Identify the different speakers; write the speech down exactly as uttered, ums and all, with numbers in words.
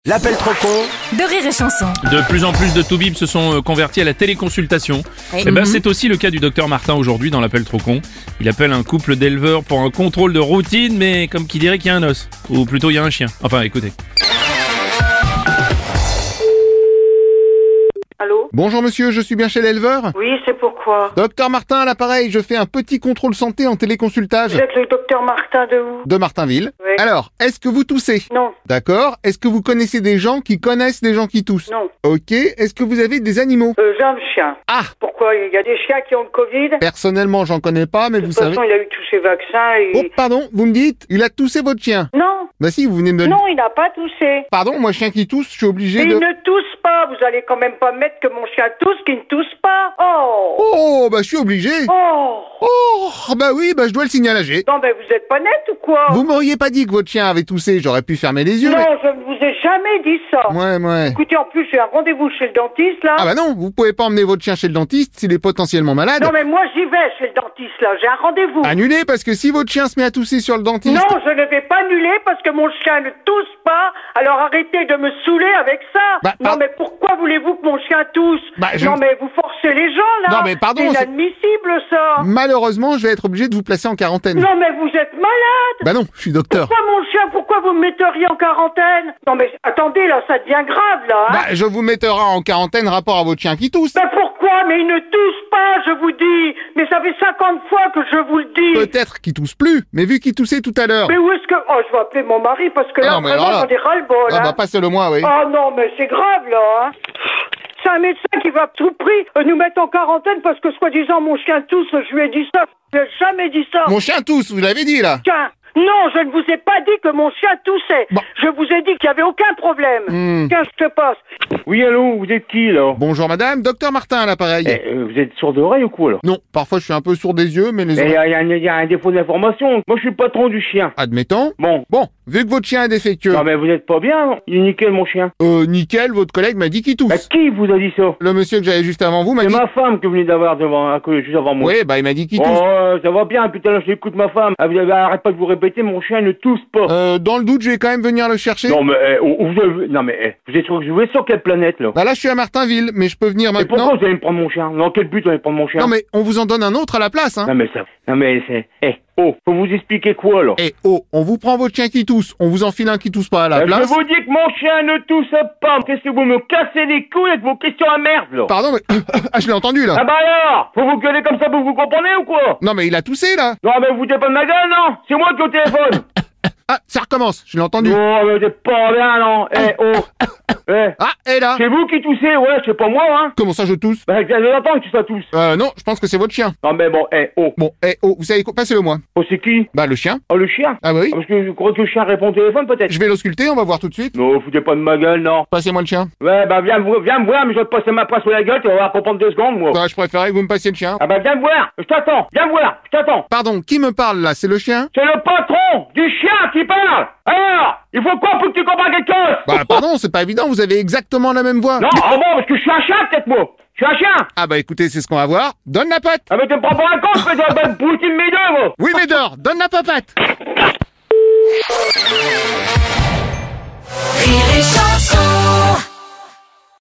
Speaker 1: L'appel trop con
Speaker 2: de Rire et Chanson.
Speaker 3: De plus en plus de toubibs se sont euh, convertis à la téléconsultation.
Speaker 2: Oui.
Speaker 3: Et ben,
Speaker 2: Mhm.
Speaker 3: c'est aussi le cas du docteur Martin aujourd'hui dans l'appel trop con. Il appelle un couple d'éleveurs pour un contrôle de routine, mais comme qui dirait qu'il y a un os. Ou plutôt il y a un chien. Enfin, écoutez.
Speaker 4: Allô?
Speaker 5: Bonjour monsieur, je suis bien chez l'éleveur.
Speaker 4: Oui, c'est pourquoi?
Speaker 5: Docteur Martin à l'appareil, je fais un petit contrôle santé en téléconsultage
Speaker 4: Vous êtes le docteur Martin de où?
Speaker 5: de Martinville.
Speaker 4: Oui.
Speaker 5: Alors, est-ce que vous toussez?
Speaker 4: Non,
Speaker 5: D'accord. Est-ce que vous connaissez des gens qui connaissent des gens qui toussent?
Speaker 4: non.
Speaker 5: Ok. Est-ce que vous avez des animaux?
Speaker 4: Euh, j'ai un chien.
Speaker 5: Ah,
Speaker 4: Pourquoi? Il y a des chiens qui ont le Covid?
Speaker 5: personnellement, j'en connais pas, mais
Speaker 4: De
Speaker 5: vous
Speaker 4: toute façon,
Speaker 5: savez...
Speaker 4: il a eu tous ses vaccins et...
Speaker 5: Oh, pardon, vous me dites, il a toussé votre chien.
Speaker 4: Non,
Speaker 5: Bah si, vous venez de me...
Speaker 4: non, il n'a pas toussé.
Speaker 5: Pardon, moi, chien qui tousse, je suis obligé
Speaker 4: Et
Speaker 5: de...
Speaker 4: il ne tousse pas. Vous allez quand même pas mettre que mon chien tousse, qu'il ne tousse pas. Oh!
Speaker 5: Oh, bah je suis obligé.
Speaker 4: Oh!
Speaker 5: Oh, bah oui, bah je dois le signaler.
Speaker 4: Non, ben vous êtes pas net ou quoi?
Speaker 5: Vous m'auriez pas dit que votre chien avait toussé, j'aurais pu fermer les yeux.
Speaker 4: Non,
Speaker 5: mais-
Speaker 4: je ne vous ai jamais dit ça.
Speaker 5: Ouais, ouais.
Speaker 4: Écoutez, en plus, j'ai un rendez-vous chez le dentiste, là.
Speaker 5: Ah bah non, vous pouvez pas emmener votre chien chez le dentiste s'il est potentiellement malade.
Speaker 4: Non, mais moi, j'y vais chez le dentiste, là. J'ai un rendez-vous.
Speaker 5: Annulez, parce que si votre chien se met à tousser sur le dentiste...
Speaker 4: Non, je ne vais pas annuler parce que mon chien ne tousse pas. Alors arrêtez de me saouler avec ça.
Speaker 5: Bah,
Speaker 4: non,
Speaker 5: par-
Speaker 4: mais pourquoi voulez-vous que mon chien tousse?
Speaker 5: Bah, je-
Speaker 4: Non, mais vous forcez les gens, là.
Speaker 5: Non, mais pardon,
Speaker 4: C'est
Speaker 5: c'est-
Speaker 4: inadmissible, ça.
Speaker 5: Malheureusement, je vais être obligé de vous placer en quarantaine.
Speaker 4: Non, mais vous êtes malade.
Speaker 5: Bah non, je suis docteur.
Speaker 4: Pourquoi mon chien? Pourquoi vous me metteriez en quarantaine? Non, mais attendez, là, ça devient grave, là. Hein.
Speaker 5: Bah, je vous mettrai en quarantaine rapport à votre chien qui tousse.
Speaker 4: Mais pourquoi? Mais il ne tousse pas, je vous dis. Mais ça fait cinquante fois que je vous le dis.
Speaker 5: Peut-être qu'il tousse plus, mais vu qu'il toussait tout à l'heure...
Speaker 4: Mais où est-ce que... Oh, je vais appeler mon mari parce que
Speaker 5: Ah
Speaker 4: là,
Speaker 5: non, mais
Speaker 4: vraiment,
Speaker 5: alors là-
Speaker 4: j'en ai ras-le-bol.
Speaker 5: Ah
Speaker 4: hein.
Speaker 5: bah passez-le moi, oui.
Speaker 4: Oh non, mais c'est grave, là, hein. C'est un médecin qui va à tout prix euh, nous mettre en quarantaine parce que, soi-disant, mon chien tousse. Je lui ai dit ça. Je lui ai jamais dit ça.
Speaker 5: Mon chien tousse, vous l'avez dit, là.
Speaker 4: Tiens, non, je ne vous ai pas dit que mon chien toussait.
Speaker 5: Bon.
Speaker 4: Je vous ai dit qu'il n'y avait aucun problème.
Speaker 5: Hmm.
Speaker 4: Tiens, je te passe.
Speaker 6: Oui, allô, vous êtes qui, là?
Speaker 5: Bonjour madame, docteur Martin à l'appareil.
Speaker 6: Eh, euh, vous êtes sourd d'oreille ou quoi, là?
Speaker 5: Non, parfois je suis un peu sourd des yeux, mais les
Speaker 6: Il y,
Speaker 5: oreilles...
Speaker 6: a- y a un- y a un défaut d'information. Moi, je suis le patron du chien.
Speaker 5: Admettons.
Speaker 6: Bon.
Speaker 5: Bon, vu que votre chien est défectueux,
Speaker 6: Non, mais vous êtes pas bien. Il est nickel, mon chien.
Speaker 5: euh, nickel, votre collègue m'a dit qu'il tousse.
Speaker 6: Bah, qui vous a dit ça?
Speaker 5: Le monsieur que j'avais juste avant vous m'a
Speaker 6: C'est
Speaker 5: dit...
Speaker 6: ma femme que vous venez d'avoir devant, que juste avant moi.
Speaker 5: Oui, bah il m'a dit qu'il
Speaker 6: Oh,
Speaker 5: tousse.
Speaker 6: euh, ça va bien. Putain, là, j'écoute ma femme. Ah, vous avez, arrête pas de vous répéter, mon chien ne tousse pas.
Speaker 5: Euh, dans le doute, je vais quand même venir le chercher.
Speaker 6: Non, mais, eh, où- où vous, avez- non, mais, eh, vous êtes sur, vous êtes sur quelle planète, là?
Speaker 5: Bah là, je suis à Martinville, mais je peux venir
Speaker 6: Et pourquoi
Speaker 5: maintenant.
Speaker 6: vous allez me prendre mon chien? Dans quel but vous allez me prendre mon chien?
Speaker 5: Non mais on vous en donne un autre à la place, hein.
Speaker 6: Non, mais ça, non, mais c'est, eh, oh, faut vous expliquer quoi, là?
Speaker 5: Eh oh, on vous prend votre chien qui tousse, on vous enfile un qui tousse pas à la
Speaker 6: Euh,
Speaker 5: place.
Speaker 6: Je vous dis que mon chien ne tousse pas. Qu'est-ce que vous me cassez les couilles avec vos questions à merde, là?
Speaker 5: Pardon, mais... ah, je l'ai entendu, là.
Speaker 6: Ah bah alors? Faut vous gueuler comme ça pour que vous comprenez ou quoi?
Speaker 5: Non mais il a toussé, là.
Speaker 6: Non mais vous foutez pas de ma gueule, non? C'est moi qui ai au téléphone.
Speaker 5: Ah, ça recommence, je l'ai entendu.
Speaker 6: Non mais c'est pas bien, non. Eh, oh. Eh,
Speaker 5: Ah, et là.
Speaker 6: c'est vous qui toussez, ouais, c'est pas moi, hein?
Speaker 5: Comment ça, je tousse?
Speaker 6: Bah, ça fait longtemps que tu ça tousse.
Speaker 5: Euh, non, je pense que c'est votre chien.
Speaker 6: Non mais bon, eh, oh.
Speaker 5: Bon, eh oh, vous savez quoi? Passez-le moi.
Speaker 6: Oh, c'est qui?
Speaker 5: Bah, le chien.
Speaker 6: Oh, le chien?
Speaker 5: Ah bah oui.
Speaker 6: Ah, parce que je crois que le chien répond au téléphone, peut-être.
Speaker 5: Je vais l'ausculter, on va voir tout de suite.
Speaker 6: Non, foutez pas de ma gueule, non.
Speaker 5: Passez-moi le chien.
Speaker 6: Ouais, bah viens, me- viens me voir, mais je vais te passer ma poisse sur la gueule, tu vas voir pour prendre deux secondes, moi.
Speaker 5: Bah, je préférais que vous me passiez le chien.
Speaker 6: Ah bah viens me voir, je t'attends, viens me voir, je t'attends.
Speaker 5: Pardon, qui me parle, là? C'est le chien?
Speaker 6: C'est le patron du chien qui parle. Alors, il faut quoi pour que tu comprennes quelque chose?
Speaker 5: Bah, pardon, c'est pas évident, vous avez exactement la même voix.
Speaker 6: Non, ah bon, parce que je suis un chien, peut-être, moi. Je suis un chien.
Speaker 5: Ah bah écoutez, c'est ce qu'on va voir. Donne la patte.
Speaker 6: Ah mais tu me prends pour un con, je fais de la bonne poutine mes deux, moi.
Speaker 5: Oui, Médor, donne la papate.
Speaker 2: Rire et Chanson.